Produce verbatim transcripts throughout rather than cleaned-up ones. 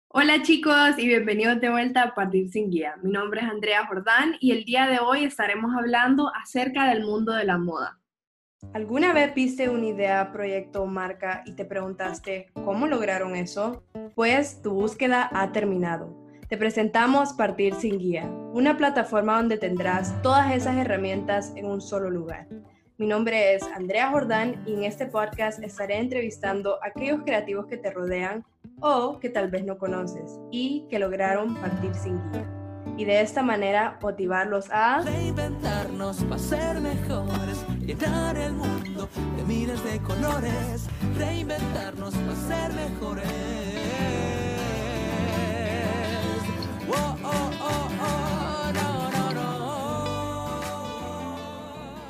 Hola chicos y bienvenidos de vuelta a Partir sin Guía. Mi nombre es Andrea Jordán y el día de hoy estaremos hablando acerca del mundo de la moda. ¿Alguna vez viste una idea, proyecto o marca y te preguntaste cómo lograron eso? Pues tu búsqueda ha terminado. Te presentamos Partir sin Guía, una plataforma donde tendrás todas esas herramientas en un solo lugar. Mi nombre es Andrea Jordán y en este podcast estaré entrevistando a aquellos creativos que te rodean o que tal vez no conoces y que lograron partir sin guía. Y de esta manera motivarlos a reinventarnos para ser mejores, llenar el mundo de miles de colores, reinventarnos para ser mejores. Oh, oh, oh, oh, no, no, no.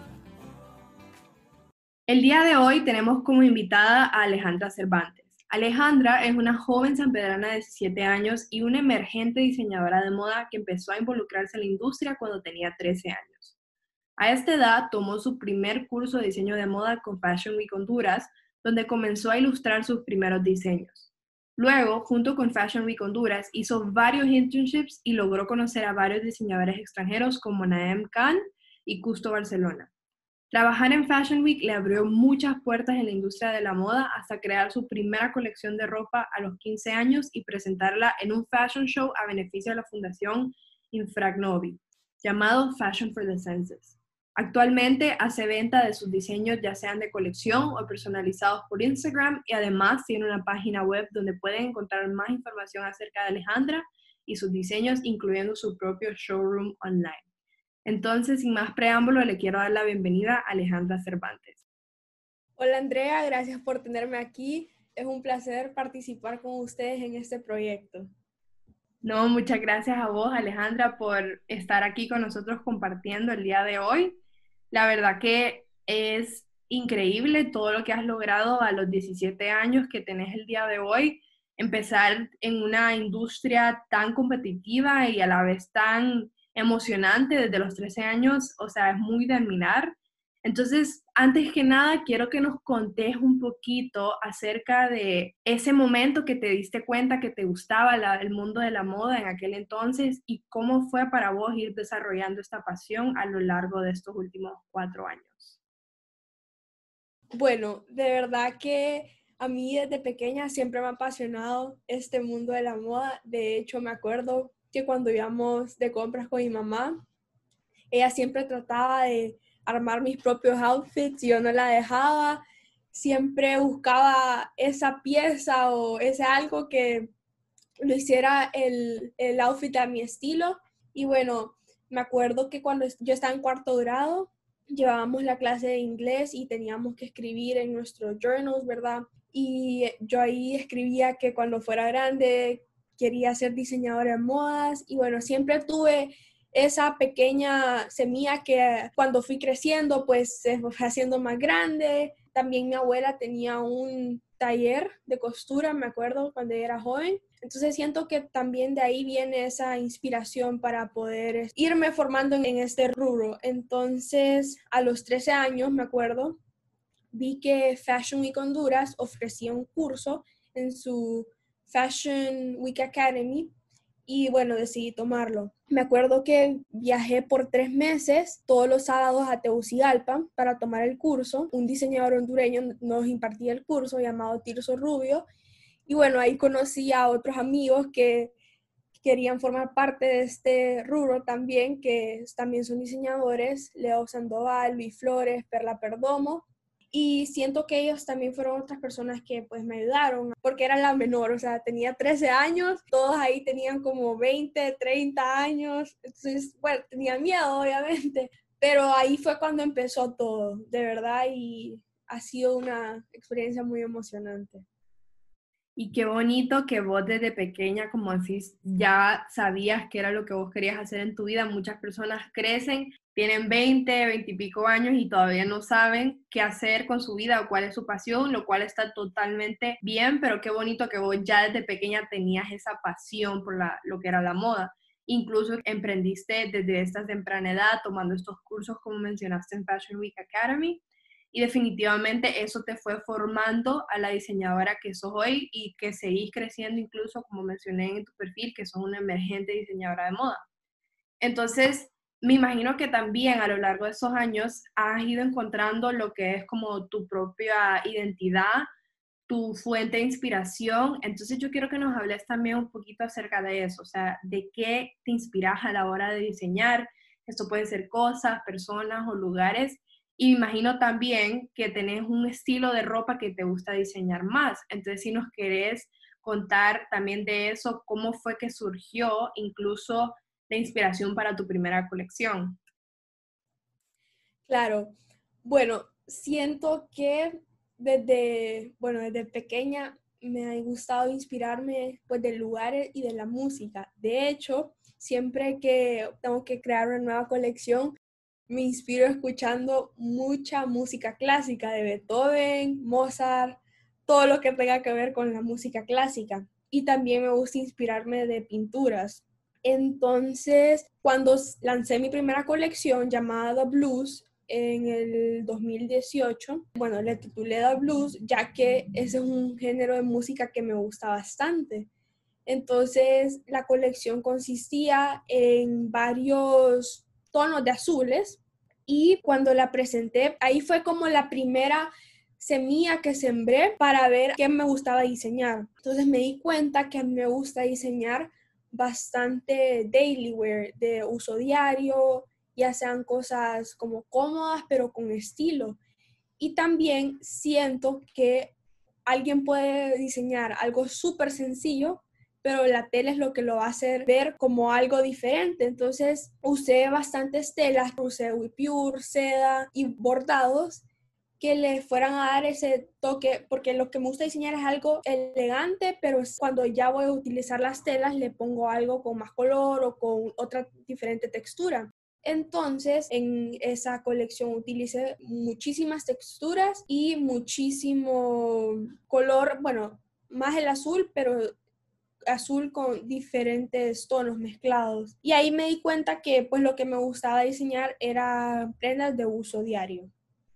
El día de hoy tenemos como invitada a Alejandra Cervantes. Alejandra es una joven sanpedrana de diecisiete años y una emergente diseñadora de moda que empezó a involucrarse en la industria cuando tenía trece años. A esta edad tomó su primer curso de diseño de moda con Fashion Week Honduras, donde comenzó a ilustrar sus primeros diseños. Luego, junto con Fashion Week Honduras, hizo varios internships y logró conocer a varios diseñadores extranjeros como Naeem Khan y Custo Barcelona. Trabajar en Fashion Week le abrió muchas puertas en la industria de la moda hasta crear su primera colección de ropa a los quince años y presentarla en un fashion show a beneficio de la Fundación Infragnovi, llamado Fashion for the Senses. Actualmente hace venta de sus diseños ya sean de colección o personalizados por Instagram y además tiene una página web donde pueden encontrar más información acerca de Alejandra y sus diseños, incluyendo su propio showroom online. Entonces, sin más preámbulo, le quiero dar la bienvenida a Alejandra Cervantes. Hola Andrea, gracias por tenerme aquí. Es un placer participar con ustedes en este proyecto. No, muchas gracias a vos, Alejandra, por estar aquí con nosotros compartiendo el día de hoy. La verdad que es increíble todo lo que has logrado a los diecisiete años que tenés el día de hoy. Empezar en una industria tan competitiva y a la vez tan emocionante desde los trece años, o sea, es muy de admirar. Entonces, antes que nada, quiero que nos contés un poquito acerca de ese momento que te diste cuenta que te gustaba la, el mundo de la moda en aquel entonces y cómo fue para vos ir desarrollando esta pasión a lo largo de estos últimos cuatro años. Bueno, de verdad que a mí desde pequeña siempre me ha apasionado este mundo de la moda. De hecho, me acuerdo que cuando íbamos de compras con mi mamá, ella siempre trataba de armar mis propios outfits y yo no la dejaba. Siempre buscaba esa pieza o ese algo que lo hiciera el, el outfit a mi estilo. Y bueno, me acuerdo que cuando yo estaba en cuarto grado, llevábamos la clase de inglés y teníamos que escribir en nuestros journals, ¿verdad? Y yo ahí escribía que cuando fuera grande quería ser diseñadora de modas y bueno, siempre tuve esa pequeña semilla que cuando fui creciendo pues se fue haciendo más grande. También mi abuela tenía un taller de costura, me acuerdo, cuando era joven. Entonces siento que también de ahí viene esa inspiración para poder irme formando en este rubro. Entonces, a los trece años, me acuerdo, vi que Fashion Week Honduras ofrecía un curso en su Fashion Week Academy y bueno, decidí tomarlo. Me acuerdo que viajé por tres meses todos los sábados a Tegucigalpa para tomar el curso. Un diseñador hondureño nos impartía el curso llamado Tirso Rubio. Y bueno, ahí conocí a otros amigos que querían formar parte de este rubro también, que también son diseñadores, Leo Sandoval, Luis Flores, Perla Perdomo. Y siento que ellos también fueron otras personas que pues me ayudaron, porque era la menor, o sea, tenía trece años, todos ahí tenían como veinte, treinta años, entonces, bueno, tenía miedo obviamente, pero ahí fue cuando empezó todo, de verdad, y ha sido una experiencia muy emocionante. Y qué bonito que vos desde pequeña, como decís, ya sabías qué era lo que vos querías hacer en tu vida. Muchas personas crecen, tienen veinte, veinte y pico años y todavía no saben qué hacer con su vida o cuál es su pasión, lo cual está totalmente bien, pero qué bonito que vos ya desde pequeña tenías esa pasión por la, lo que era la moda. Incluso emprendiste desde esta temprana edad tomando estos cursos como mencionaste en Fashion Week Academy. y definitivamente eso te fue formando a la diseñadora que sos hoy y que seguís creciendo incluso, como mencioné en tu perfil, que sos una emergente diseñadora de moda. Entonces, me imagino que también a lo largo de esos años has ido encontrando lo que es como tu propia identidad, tu fuente de inspiración. Entonces yo quiero que nos hables también un poquito acerca de eso, o sea, de qué te inspiras a la hora de diseñar. Esto puede ser cosas, personas o lugares. Y me imagino también que tenés un estilo de ropa que te gusta diseñar más. Entonces, si nos querés contar también de eso, cómo fue que surgió incluso la inspiración para tu primera colección. Claro, bueno, siento que desde, bueno, desde pequeña me ha gustado inspirarme pues de lugares y de la música. De hecho, siempre que tengo que crear una nueva colección, me inspiro escuchando mucha música clásica de Beethoven, Mozart, todo lo que tenga que ver con la música clásica. Y también me gusta inspirarme de pinturas. Entonces, cuando lancé mi primera colección llamada The Blues en el dos mil dieciocho, bueno, le titulé The Blues ya que ese es un género de música que me gusta bastante. Entonces, la colección consistía en varios tonos de azules y cuando la presenté, ahí fue como la primera semilla que sembré para ver qué me gustaba diseñar. Entonces me di cuenta que a mí me gusta diseñar bastante daily wear, de uso diario, ya sean cosas como cómodas, pero con estilo. Y también siento que alguien puede diseñar algo súper sencillo, pero la tela es lo que lo va a hacer ver como algo diferente. Entonces usé bastantes telas, usé Wipure, seda y bordados que le fueran a dar ese toque, porque lo que me gusta diseñar es algo elegante, pero cuando ya voy a utilizar las telas le pongo algo con más color o con otra diferente textura. Entonces, en esa colección utilicé muchísimas texturas y muchísimo color, bueno, más el azul, pero azul con diferentes tonos mezclados. Y ahí me di cuenta que pues lo que me gustaba diseñar era prendas de uso diario.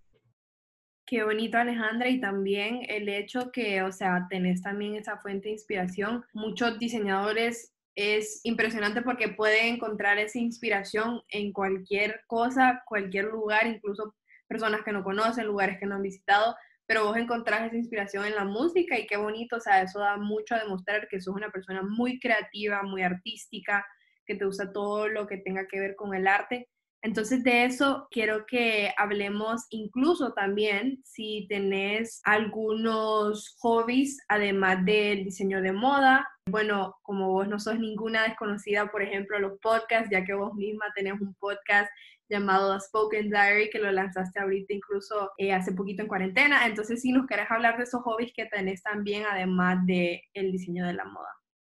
Qué bonito, Alejandra, y también el hecho que, o sea, tenés también esa fuente de inspiración. Muchos diseñadores es impresionante porque pueden encontrar esa inspiración en cualquier cosa, cualquier lugar, incluso personas que no conocen, lugares que no han visitado, pero vos encontrás esa inspiración en la música y qué bonito, o sea, eso da mucho a demostrar que sos una persona muy creativa, muy artística, que te gusta todo lo que tenga que ver con el arte. Entonces de eso quiero que hablemos incluso también si tenés algunos hobbies además del diseño de moda. Bueno, como vos no sos ninguna desconocida, por ejemplo, los podcasts, ya que vos misma tenés un podcast llamado The Spoken Diary, que lo lanzaste ahorita incluso eh, hace poquito en cuarentena. Entonces si nos querés hablar de esos hobbies que tenés también además del diseño de la moda.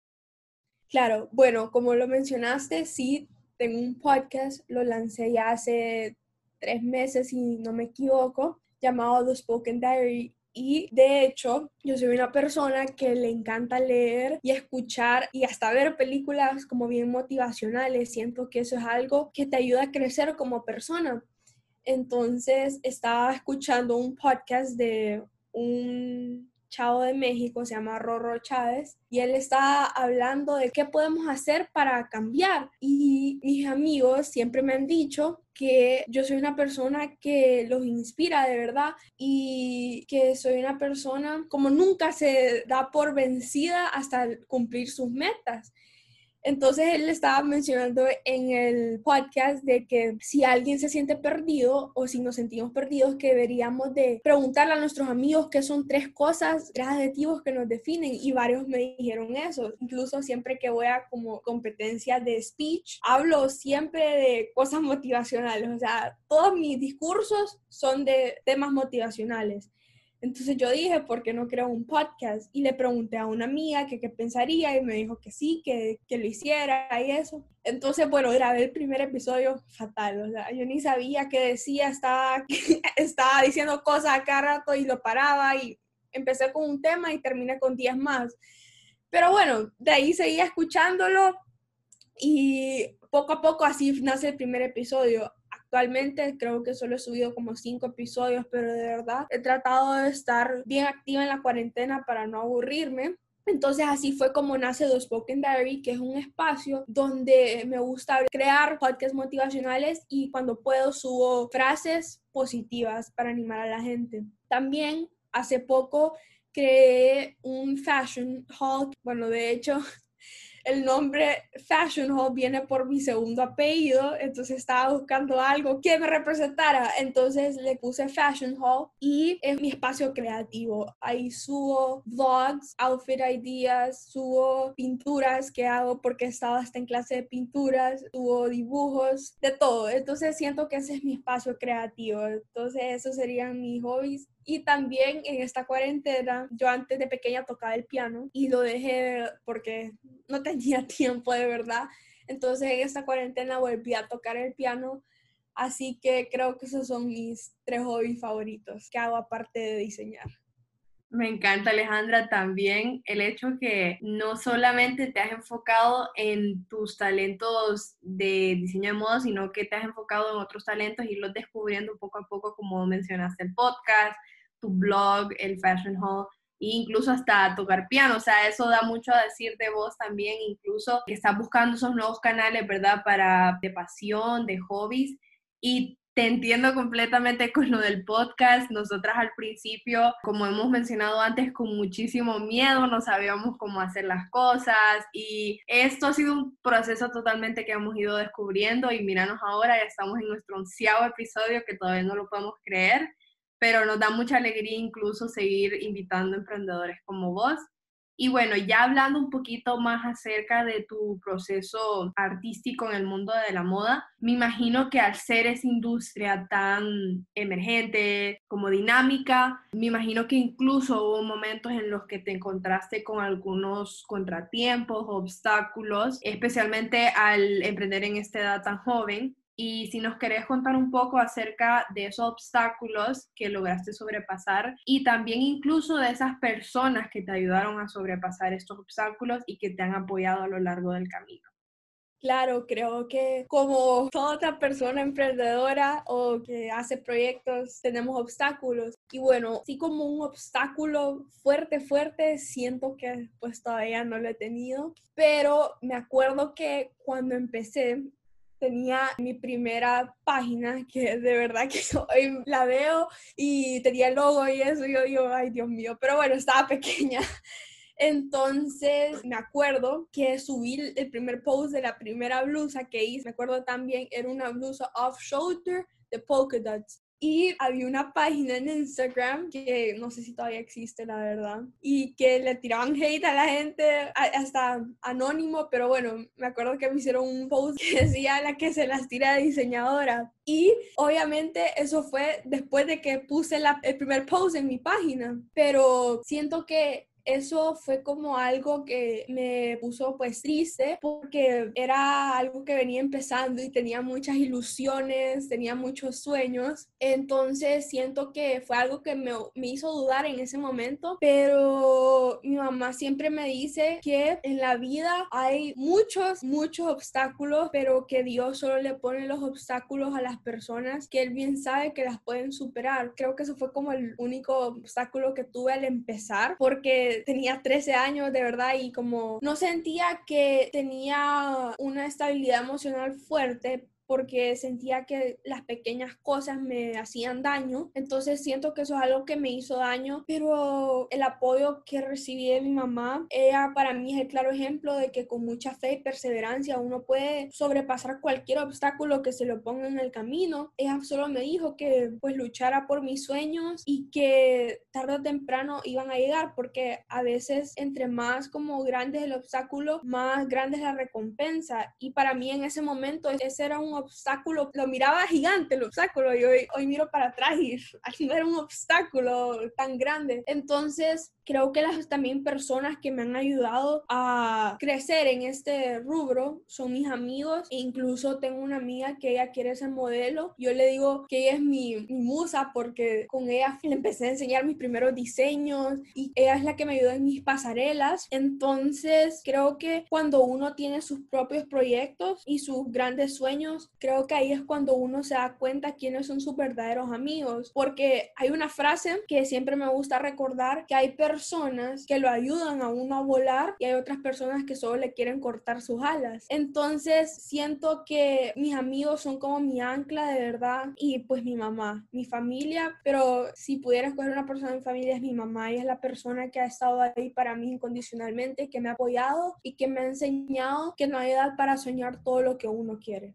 Claro, bueno, como lo mencionaste, sí, tengo un podcast, lo lancé ya hace tres meses, si no me equivoco, llamado The Spoken Diary. Y de hecho, yo soy una persona que le encanta leer y escuchar y hasta ver películas como bien motivacionales. Siento que eso es algo que te ayuda a crecer como persona. Entonces, estaba escuchando un podcast de un chavo de México, se llama Rorro Chávez, y él está hablando de qué podemos hacer para cambiar. Y mis amigos siempre me han dicho que yo soy una persona que los inspira de verdad y que soy una persona como nunca se da por vencida hasta cumplir sus metas. Entonces él estaba mencionando en el podcast de que si alguien se siente perdido o si nos sentimos perdidos, que deberíamos de preguntarle a nuestros amigos qué son tres cosas, tres adjetivos que nos definen, y varios me dijeron eso. Incluso siempre que voy a como competencias de speech, hablo siempre de cosas motivacionales, o sea, todos mis discursos son de temas motivacionales. Entonces yo dije, ¿por qué no creo un podcast? Y le pregunté a una amiga que qué pensaría y me dijo que sí, que, que lo hiciera y eso. Entonces, bueno, grabé el primer episodio fatal, o sea, yo ni sabía qué decía, estaba, estaba diciendo cosas a cada rato y lo paraba y empecé con un tema y terminé con diez más. Pero bueno, de ahí seguía escuchándolo y poco a poco así nace el primer episodio. actualmente. Creo que solo he subido como cinco episodios, pero de verdad he tratado de estar bien activa en la cuarentena para no aburrirme. Entonces así fue como nace The Spoken Diary, que es un espacio donde me gusta crear podcasts motivacionales y cuando puedo subo frases positivas para animar a la gente. También hace poco creé un fashion haul. Bueno, de hecho, el nombre Fashion Hall viene por mi segundo apellido, entonces estaba buscando algo que me representara, entonces le puse Fashion Hall y es mi espacio creativo. Ahí subo vlogs, outfit ideas, subo pinturas que hago porque estaba hasta en clase de pinturas, subo dibujos, de todo. Entonces siento que ese es mi espacio creativo. Entonces esos serían mis hobbies. Y también en esta cuarentena, yo antes de pequeña tocaba el piano y lo dejé porque no tenía tiempo de verdad. Entonces en esta cuarentena volví a tocar el piano. Así que creo que esos son mis tres hobbies favoritos que hago aparte de diseñar. Me encanta, Alejandra, también el hecho que no solamente te has enfocado en tus talentos de diseño de moda, sino que te has enfocado en otros talentos y los descubriendo poco a poco, como mencionaste, el podcast, tu blog, el Fashion Hall, e incluso hasta tocar piano. O sea, eso da mucho a decir de vos también, incluso que estás buscando esos nuevos canales, ¿verdad? Para, de pasión, de hobbies. Y te entiendo completamente con lo del podcast. Nosotras al principio, como hemos mencionado antes, con muchísimo miedo, no sabíamos cómo hacer las cosas y esto ha sido un proceso totalmente que hemos ido descubriendo y míranos ahora, ya estamos en nuestro onceavo episodio que todavía no lo podemos creer, pero nos da mucha alegría incluso seguir invitando emprendedores como vos. Y bueno, ya hablando un poquito más acerca de tu proceso artístico en el mundo de la moda, me imagino que al ser esa industria tan emergente, como dinámica, me imagino que incluso hubo momentos en los que te encontraste con algunos contratiempos, obstáculos, especialmente al emprender en esta edad tan joven. Y si nos querés contar un poco acerca de esos obstáculos que lograste sobrepasar y también incluso de esas personas que te ayudaron a sobrepasar estos obstáculos y que te han apoyado a lo largo del camino. Claro, creo que como toda otra persona emprendedora o que hace proyectos, tenemos obstáculos. Y bueno, sí, como un obstáculo fuerte, fuerte, siento que pues todavía no lo he tenido. Pero me acuerdo que cuando empecé, tenía mi primera página, que de verdad que hoy la veo y tenía el logo y eso, y yo digo, ay Dios mío, pero bueno, estaba pequeña. Entonces me acuerdo que subí el primer post de la primera blusa que hice, me acuerdo también, era una blusa off-shoulder de polka dots. Y había una página en Instagram que no sé si todavía existe, la verdad, y que le tiraban hate a la gente, hasta anónimo, pero bueno, me acuerdo que me hicieron un post que decía la que se las tira de diseñadora. Y obviamente eso fue después de que puse la, el primer post en mi página, pero siento que eso fue como algo que me puso pues triste porque era algo que venía empezando y tenía muchas ilusiones, tenía muchos sueños. Entonces siento que fue algo que me, me hizo dudar en ese momento, pero mi mamá siempre me dice que en la vida hay muchos, muchos obstáculos, pero que Dios solo le pone los obstáculos a las personas que Él bien sabe que las pueden superar. Creo que eso fue como el único obstáculo que tuve al empezar, porque tenía trece años de verdad y como no sentía que tenía una estabilidad emocional fuerte porque sentía que las pequeñas cosas me hacían daño. Entonces siento que eso es algo que me hizo daño, pero el apoyo que recibí de mi mamá, ella para mí es el claro ejemplo de que con mucha fe y perseverancia uno puede sobrepasar cualquier obstáculo que se le ponga en el camino. Ella solo me dijo que pues luchara por mis sueños y que tarde o temprano iban a llegar, porque a veces entre más como grande es el obstáculo, más grande es la recompensa. Y para mí en ese momento ese era un obstáculo, lo miraba gigante el obstáculo y hoy, hoy miro para atrás y no era un obstáculo tan grande. Entonces creo que las también personas que me han ayudado a crecer en este rubro son mis amigos, e incluso tengo una amiga que ella quiere ser modelo. Yo le digo que ella es mi, mi musa porque con ella le empecé a enseñar mis primeros diseños y ella es la que me ayudó en mis pasarelas. Entonces creo que cuando uno tiene sus propios proyectos y sus grandes sueños, amigos, creo que ahí es cuando uno se da cuenta quiénes son sus verdaderos amigos, porque hay una frase que siempre me gusta recordar, que hay personas que lo ayudan a uno a volar y hay otras personas que solo le quieren cortar sus alas. Entonces siento que mis amigos son como mi ancla de verdad, y pues mi mamá, mi familia, pero si pudiera escoger una persona de mi familia es mi mamá. Ella es la persona que ha estado ahí para mí incondicionalmente, que me ha apoyado y que me ha enseñado que no hay edad para soñar todo lo que uno quiere.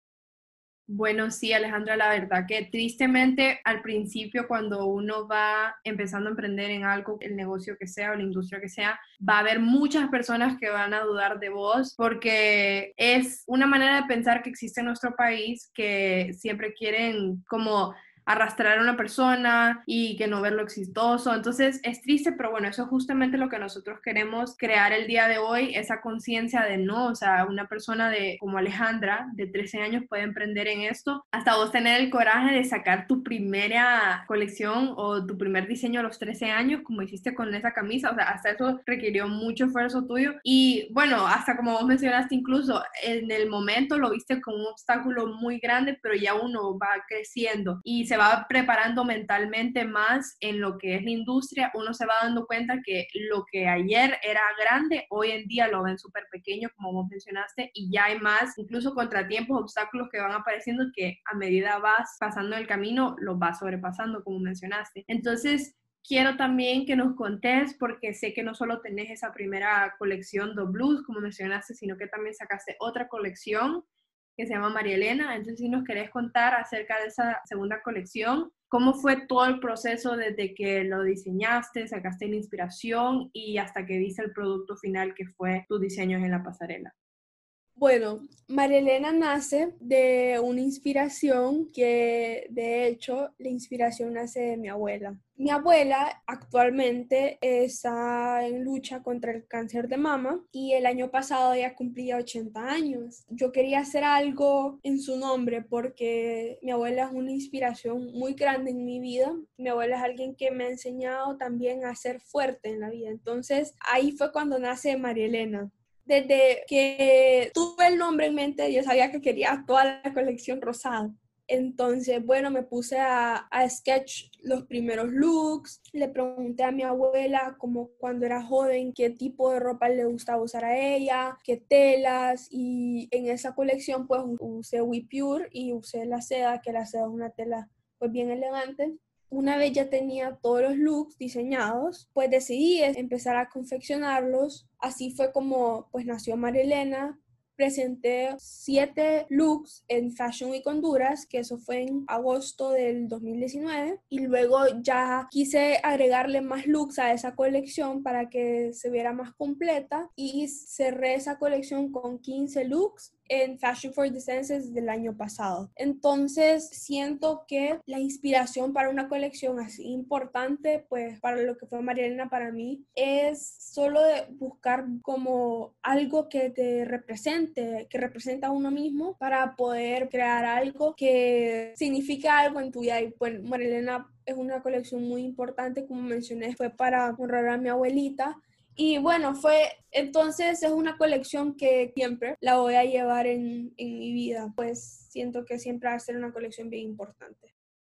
Bueno, sí, Alejandra, la verdad que tristemente al principio cuando uno va empezando a emprender en algo, el negocio que sea o la industria que sea, va a haber muchas personas que van a dudar de vos porque es una manera de pensar que existe en nuestro país que siempre quieren como arrastrar a una persona y que no verlo exitoso. Entonces es triste, pero bueno, eso es justamente lo que nosotros queremos crear el día de hoy, esa conciencia de no, o sea, una persona de como Alejandra, de trece años, puede emprender en esto, hasta vos tener el coraje de sacar tu primera colección o tu primer diseño a los trece años, como hiciste con esa camisa, o sea, hasta eso requirió mucho esfuerzo tuyo. Y bueno, hasta como vos mencionaste, incluso en el momento lo viste como un obstáculo muy grande, pero ya uno va creciendo y se va preparando mentalmente más en lo que es la industria. Uno se va dando cuenta que lo que ayer era grande, hoy en día lo ven súper pequeño, como vos mencionaste, y ya hay más, incluso contratiempos, obstáculos que van apareciendo que a medida vas pasando el camino, los vas sobrepasando, como mencionaste. Entonces, quiero también que nos contés, porque sé que no solo tenés esa primera colección de blues, como mencionaste, sino que también sacaste otra colección que se llama María Elena. Entonces, si nos querés contar acerca de esa segunda colección, ¿cómo fue todo el proceso desde que lo diseñaste, sacaste la inspiración y hasta que viste el producto final que fue tus diseños en la pasarela? Bueno, María Elena nace de una inspiración que, de hecho, la inspiración nace de mi abuela. Mi abuela actualmente está en lucha contra el cáncer de mama y el año pasado ella cumplía ochenta años. Yo quería hacer algo en su nombre porque mi abuela es una inspiración muy grande en mi vida. Mi abuela es alguien que me ha enseñado también a ser fuerte en la vida. Entonces, ahí fue cuando nace María Elena. Desde que tuve el nombre en mente, yo sabía que quería toda la colección rosada. Entonces, bueno, me puse a, a sketch los primeros looks. Le pregunté a mi abuela, como cuando era joven, qué tipo de ropa le gustaba usar a ella, qué telas. Y en esa colección, pues, usé We Pure y usé la seda, que la seda es una tela, pues, bien elegante. Una vez ya tenía todos los looks diseñados, pues decidí empezar a confeccionarlos. Así fue como pues nació María Elena. Presenté siete looks en Fashion Week Honduras, que eso fue en agosto del dos mil diecinueve, y luego ya quise agregarle más looks a esa colección para que se viera más completa y cerré esa colección con quince looks en Fashion for the Senses del año pasado. Entonces siento que la inspiración para una colección así importante, pues para lo que fue María Elena para mí, es solo de buscar como algo que te represente, que representa a uno mismo, para poder crear algo que signifique algo en tu vida. Y pues María Elena es una colección muy importante, como mencioné, fue para honrar a mi abuelita. Y bueno, fue, entonces es una colección que siempre la voy a llevar en, en mi vida, pues siento que siempre va a ser una colección bien importante.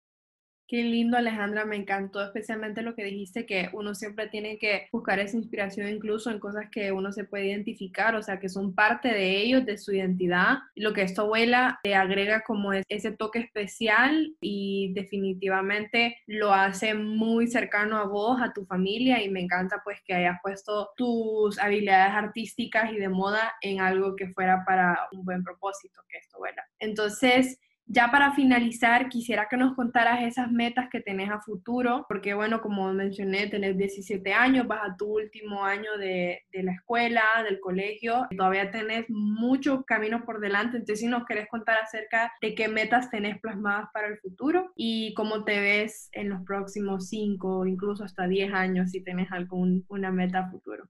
Qué lindo, Alejandra, me encantó especialmente lo que dijiste, que uno siempre tiene que buscar esa inspiración incluso en cosas que uno se puede identificar, o sea, que son parte de ellos, de su identidad. Lo que esta abuela le agrega como es ese toque especial y definitivamente lo hace muy cercano a vos, a tu familia, y me encanta pues que hayas puesto tus habilidades artísticas y de moda en algo que fuera para un buen propósito, que es tu abuela. Entonces, ya para finalizar, quisiera que nos contaras esas metas que tenés a futuro, porque bueno, como mencioné, tenés diecisiete años, vas a tu último año de, de la escuela, del colegio, todavía tenés mucho camino por delante. Entonces, si nos querés contar acerca de qué metas tenés plasmadas para el futuro y cómo te ves en los próximos cinco o incluso hasta diez años, si tenés alguna meta a futuro.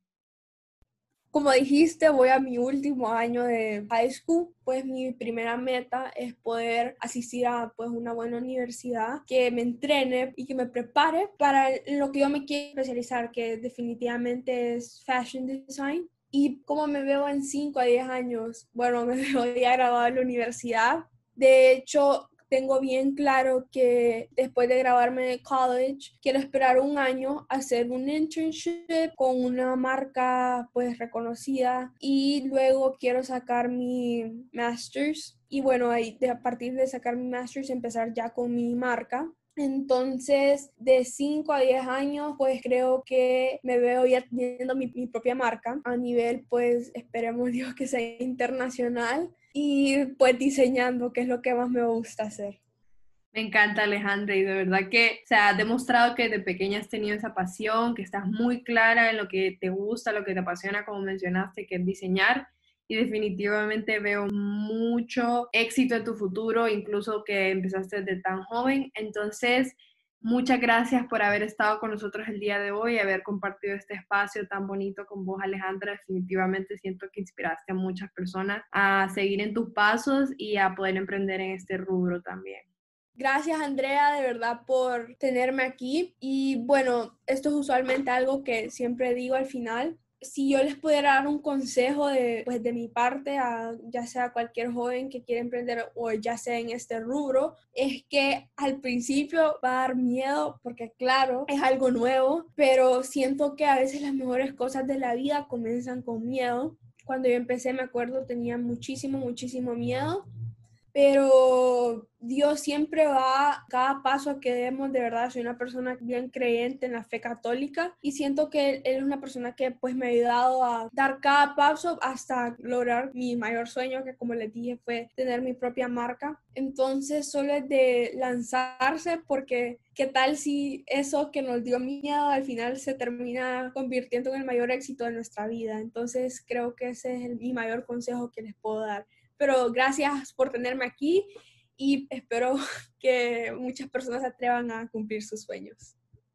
Como dijiste, voy a mi último año de high school, pues mi primera meta es poder asistir a pues una buena universidad que me entrene y que me prepare para lo que yo me quiero especializar, que definitivamente es fashion design. Y cómo me veo en cinco a diez años, bueno, me veo ya graduada de la universidad, De hecho, tengo bien claro que después de graduarme de college, quiero esperar un año, hacer un internship con una marca pues reconocida y luego quiero sacar mi master's. Y bueno, ahí, de, a partir de sacar mi master's, empezar ya con mi marca. Entonces, de cinco a diez años, pues creo que me veo ya teniendo mi, mi propia marca a nivel, pues esperemos Dios que sea internacional y pues diseñando, que es lo que más me gusta hacer. Me encanta, Alejandra, y de verdad que se ha demostrado que de pequeña has tenido esa pasión, que estás muy clara en lo que te gusta, lo que te apasiona, como mencionaste, que es diseñar. Y definitivamente veo mucho éxito en tu futuro, incluso que empezaste desde tan joven. Entonces, muchas gracias por haber estado con nosotros el día de hoy y haber compartido este espacio tan bonito con vos, Alejandra. Definitivamente siento que inspiraste a muchas personas a seguir en tus pasos y a poder emprender en este rubro también. Gracias, Andrea, de verdad por tenerme aquí. Y bueno, esto es usualmente algo que siempre digo al final. Si yo les pudiera dar un consejo de, pues, de mi parte, a ya sea cualquier joven que quiera emprender o ya sea en este rubro, es que al principio va a dar miedo porque claro, es algo nuevo, pero siento que a veces las mejores cosas de la vida comienzan con miedo. Cuando yo empecé, me acuerdo, tenía muchísimo, muchísimo miedo, pero Dios siempre va a cada paso que demos. De verdad, soy una persona bien creyente en la fe católica y siento que Él, él es una persona que pues me ha ayudado a dar cada paso hasta lograr mi mayor sueño, que como les dije fue tener mi propia marca. Entonces solo es de lanzarse, porque qué tal si eso que nos dio miedo al final se termina convirtiendo en el mayor éxito de nuestra vida. Entonces creo que ese es el, mi mayor consejo que les puedo dar. Pero gracias por tenerme aquí y espero que muchas personas se atrevan a cumplir sus sueños.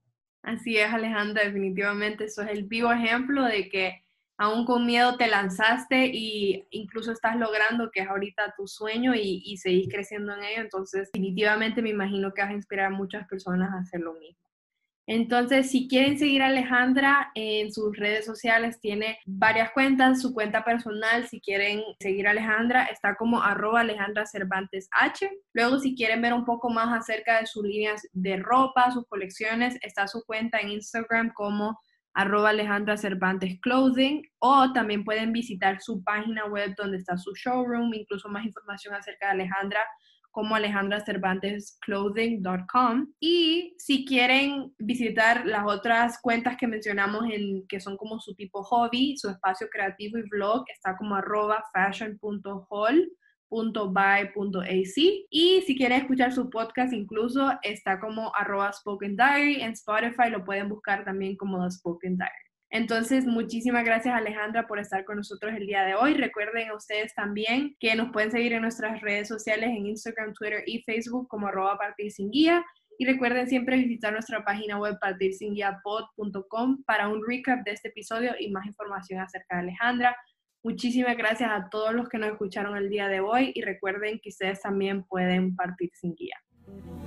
Así es, Alejandra, definitivamente eso es el vivo ejemplo de que aún con miedo te lanzaste y incluso estás logrando que es ahorita tu sueño y, y seguís creciendo en ello. Entonces, definitivamente me imagino que vas a inspirar a muchas personas a hacer lo mismo. Entonces, si quieren seguir a Alejandra en sus redes sociales, tiene varias cuentas. Su cuenta personal, si quieren seguir a Alejandra, está como arroba Alejandra Cervantes H. Luego, si quieren ver un poco más acerca de sus líneas de ropa, sus colecciones, está su cuenta en Instagram como arroba Alejandra Cervantes Clothing, o también pueden visitar su página web donde está su showroom, incluso más información acerca de Alejandra como alejandra cervantes clothing punto com. Y si quieren visitar las otras cuentas que mencionamos, en, que son como su tipo hobby, su espacio creativo y blog, está como arroba fashion punto hall punto by punto a c. Y si quieren escuchar su podcast, incluso está como arroba spoken diary. En Spotify lo pueden buscar también como The Spoken Diary. Entonces, muchísimas gracias, Alejandra, por estar con nosotros el día de hoy. Recuerden a ustedes también que nos pueden seguir en nuestras redes sociales en Instagram, Twitter y Facebook como arroba partir sin guía. Y recuerden siempre visitar nuestra página web partir sin guía pod punto com para un recap de este episodio y más información acerca de Alejandra. Muchísimas gracias a todos los que nos escucharon el día de hoy y recuerden que ustedes también pueden partir sin guía.